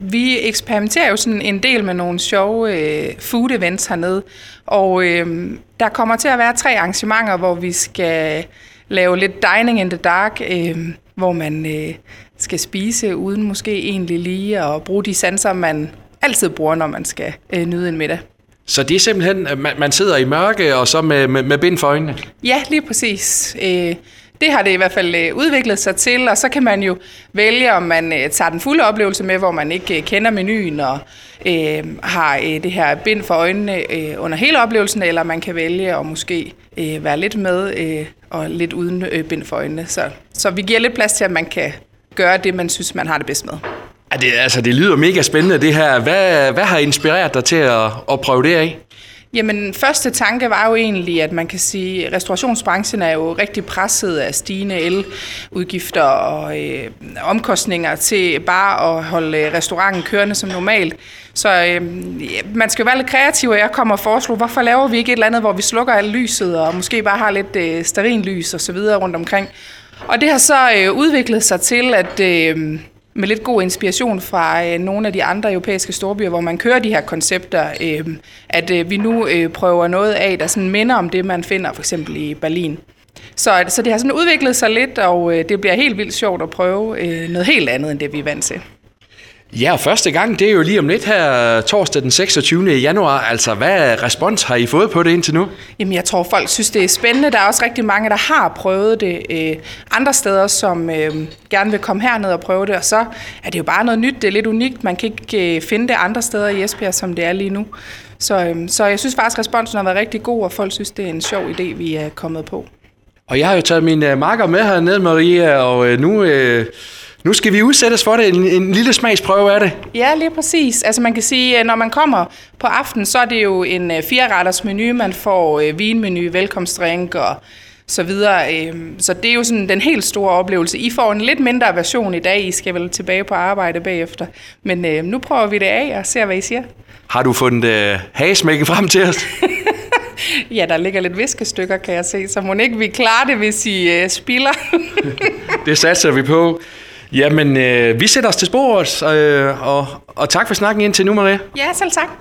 Vi eksperimenterer jo sådan en del med nogle sjove food events hernede, og der kommer til at være 3 arrangementer, hvor vi skal lave lidt dining in the dark, hvor man skal spise uden måske egentlig lige at bruge de sanser, man altid bruger, når man skal nyde en middag. Så det er simpelthen, man sidder i mørke og så med bind for øjnene? Ja, lige præcis. Det har det i hvert fald udviklet sig til, og så kan man jo vælge, om man tager den fulde oplevelse med, hvor man ikke kender menuen og har det her bind for øjnene under hele oplevelsen, eller man kan vælge at måske være lidt med og lidt uden bind for øjnene. Så vi giver lidt plads til, at man kan gøre det, man synes, man har det bedst med. Det lyder mega spændende, det her. Hvad har inspireret dig til at prøve det af? Jamen, første tanke var jo egentlig, at man kan sige, at restaurationsbranchen er jo rigtig presset af stigende eludgifter og omkostninger til bare at holde restauranten kørende som normalt. Så man skal jo være lidt kreativ, og jeg kommer og foreslår, hvorfor laver vi ikke et eller andet, hvor vi slukker alt lyset og måske bare har lidt stearinlys og så videre rundt omkring. Og det har så udviklet sig til, at med lidt god inspiration fra nogle af de andre europæiske storbyer, hvor man kører de her koncepter, at vi nu prøver noget af, der sådan minder om det, man finder for eksempel i Berlin. Så det har sådan udviklet sig lidt, og det bliver helt vildt sjovt at prøve noget helt andet, end det vi er vant til. Ja, første gang, det er jo lige om lidt her torsdag den 26. januar. Altså, hvad respons har I fået på det indtil nu? Jamen, jeg tror, folk synes, det er spændende. Der er også rigtig mange, der har prøvet det andre steder, som gerne vil komme herned og prøve det. Og så er det jo bare noget nyt. Det er lidt unikt. Man kan ikke finde det andre steder i Esbjerg, som det er lige nu. Så jeg synes faktisk, responsen har været rigtig god, og folk synes, det er en sjov idé, vi er kommet på. Og jeg har jo taget mine marker med hernede, Maria, og nu skal vi udsættes for det, en lille smagsprøve af det. Ja, lige præcis. Altså man kan sige, når man kommer på aftenen, så er det jo en 4-retters menu. Man får vinmenu, velkomstdrink og så videre. Så det er jo sådan den helt store oplevelse. I får en lidt mindre version i dag. I skal vel tilbage på arbejde bagefter. Men nu prøver vi det af og ser, hvad I siger. Har du fundet hagesmækken frem til os? Ja, der ligger lidt viskestykker, kan jeg se. Så må ikke vi klare det, hvis I spilder. Det satser vi på. Jamen, vi sætter os til sporet, og tak for snakken indtil nu, Maria. Ja, selv tak.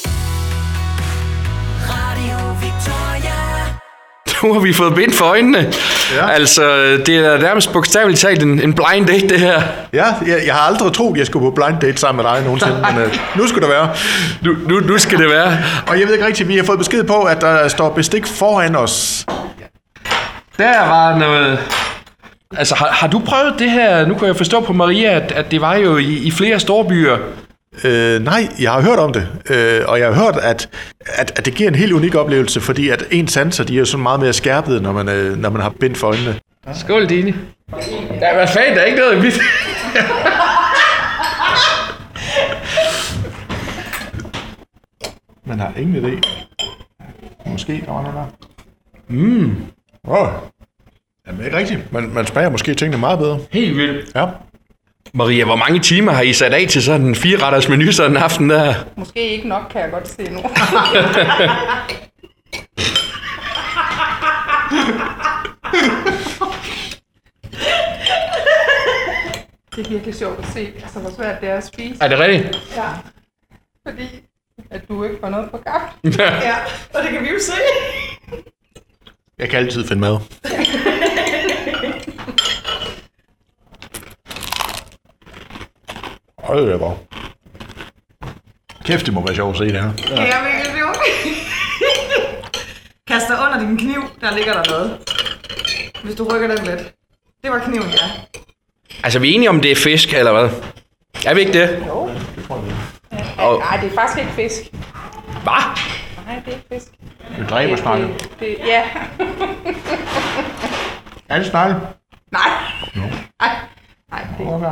Nu har vi fået bind for øjnene. Ja. Altså, det er nærmest bogstaveligt talt en blind date, det her. Ja, jeg har aldrig troet, at jeg skulle på blind date sammen med dig nogensinde, men nu skal det være. Nu skal det være. Og jeg ved ikke rigtigt, vi har fået besked på, at der står bestik foran os. Der var noget... Altså, har du prøvet det her? Nu kan jeg forstå på Maria, at det var jo i flere storbyer. Nej, jeg har hørt om det, og jeg har hørt, at det giver en helt unik oplevelse, fordi at ens sanser, de er jo sådan meget mere skærpede, når man har bind for øjnene. Skål, Dini. Ja, hvad fanden, der er ikke noget i mit. Man har ingen idé. Måske der var noget der. Jamen ikke rigtigt. Man smager måske tingene meget bedre. Helt vildt. Ja. Maria, hvor mange timer har I sat af til sådan en 4-retters menu sådan en aften der? Måske ikke nok, kan jeg godt se nu. Det er virkelig sjovt at se, altså, hvor svært det er at spise. Er det rigtigt? Ja. Fordi at du ikke får noget på gaffel. Ja, og det kan vi jo se. Jeg kan altid finde mad. Hold da bare. Kæft, det må være sjovt at se det her. Ja, virkelig sjovt. Kast dig under din kniv, der ligger der noget. Hvis du rykker den lidt. Det var kniven, ja. Altså, vi er enige om, det er fisk, eller hvad? Er vi ikke det? Jo. Nej, det er faktisk ikke fisk. Hvad? Nej, det er ikke fisk. Det dræber snakke. Ja. Er det snakke? Nej. No. Nej, det er ikke.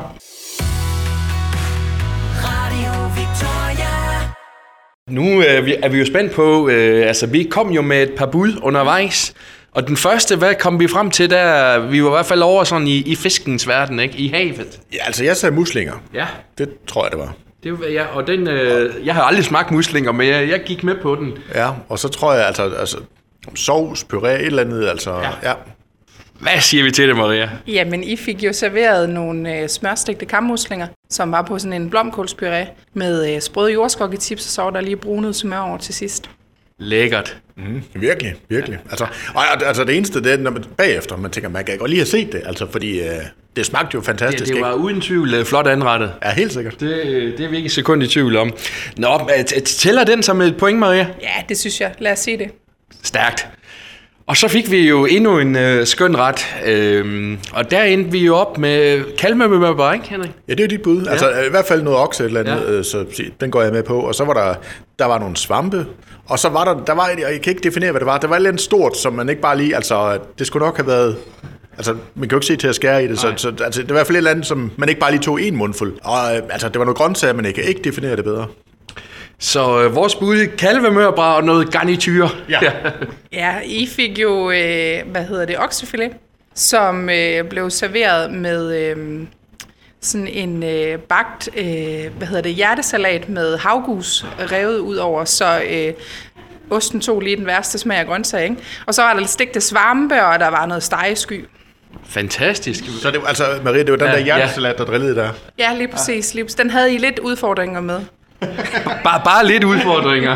Nu er vi jo spændt på, altså vi kom jo med et par bud undervejs, og den første, hvad kom vi frem til der? Vi var i hvert fald over sådan i fiskens verden, ikke? I havet. Ja, altså jeg sagde muslinger. Ja. Det tror jeg, det var. Det var ja, og den, jeg har aldrig smagt muslinger, men jeg gik med på den. Ja, og så tror jeg altså sovs, puré, et eller andet, altså, ja. Hvad siger vi til det, Maria? Jamen, I fik jo serveret nogle smørstegte kammuslinger, som var på sådan en blomkålspuré med sprøde jordskokketips, og så var der lige brunet smør over til sidst. Lækkert. Virkelig. Altså det eneste, det er, når man bagefter, man tænker, man kan godt lige have set det, altså fordi det smagte jo fantastisk. Ja, det var uden tvivl flot anrettet. Ja, helt sikkert. Det er vi ikke et sekund i tvivl om. Nå, tæller den som et point, Maria? Ja, det synes jeg. Lad os se det. Stærkt. Og så fik vi jo endnu en skøn ret, og der endte vi jo op med kalvemørbræk, ikke, Henrik? Ja, det er dit bud. Ja. Altså i hvert fald noget okse eller andet, så den går jeg med på. Og så var der var nogle svampe, og så var der var, jeg kan ikke definere, hvad det var. Der var et eller andet stort, som man ikke bare lige, altså det skulle nok have været, altså man kan jo ikke se til at skære i det, så altså, det var i hvert fald et eller andet, som man ikke bare lige tog en mundfuld. Og altså det var noget grøntsager, men jeg kan ikke definere det bedre. Så vores bud, kalvemørbræk og noget garnityr. Ja, I fik jo, oksefilet, som blev serveret med sådan en bagt, hjertesalat med havgus revet ud over, så osten tog lige den værste smag af grøntsager, ikke? Og så var der lidt stegte svampe, og der var noget stegesky. Fantastisk. Så det var, altså, Maria, det var den der hjertesalat, der drillede der? Ja, lige præcis. Den havde I lidt udfordringer med. Bare lidt udfordringer.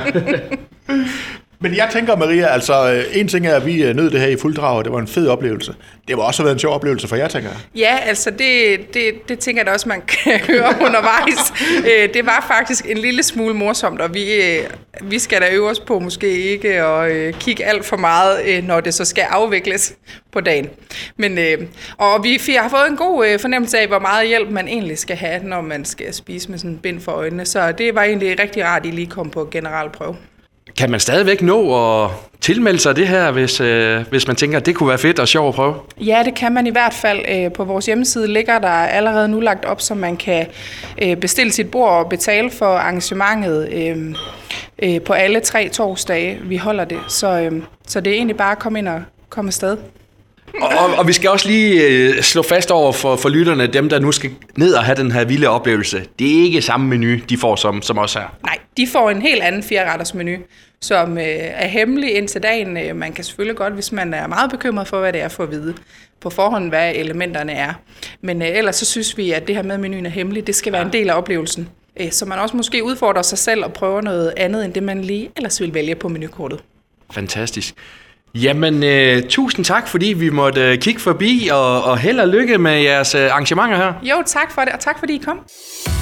Men jeg tænker, Maria, altså en ting er, at vi nød det her i fuld drag, og det var en fed oplevelse. Det var også været en sjov oplevelse for jer, tænker jeg. Ja, altså det tænker jeg da også, man kan høre undervejs. Det var faktisk en lille smule morsomt, og vi skal da øve os på måske ikke at kigge alt for meget, når det så skal afvikles på dagen. Men, og vi har fået en god fornemmelse af, hvor meget hjælp man egentlig skal have, når man skal spise med sådan en bind for øjnene. Så det var egentlig rigtig rart, at I lige kom på generalprøve. Kan man stadigvæk nå at tilmelde sig det her, hvis man tænker, at det kunne være fedt og sjovt at prøve? Ja, det kan man i hvert fald. På vores hjemmeside ligger der allerede nu lagt op, så man kan bestille sit bord og betale for arrangementet på alle 3 torsdage, vi holder det. Så det er egentlig bare at komme ind og komme afsted. Og vi skal også lige slå fast over for lytterne, dem der nu skal ned og have den her vilde oplevelse. Det er ikke samme menu, de får som os her. Nej, de får en helt anden 4-retters menu, som er hemmelig indtil dagen. Man kan selvfølgelig godt, hvis man er meget bekymret for, hvad det er, for at vide på forhånd, hvad elementerne er. Men ellers så synes vi, at det her med menuen er hemmelig, det skal være en del af oplevelsen. Så man også måske udfordrer sig selv og prøver noget andet, end det man lige ellers vil vælge på menukortet. Fantastisk. Jamen, tusind tak, fordi vi måtte kigge forbi, og held og lykke med jeres arrangementer her. Jo, tak for det, og tak fordi I kom.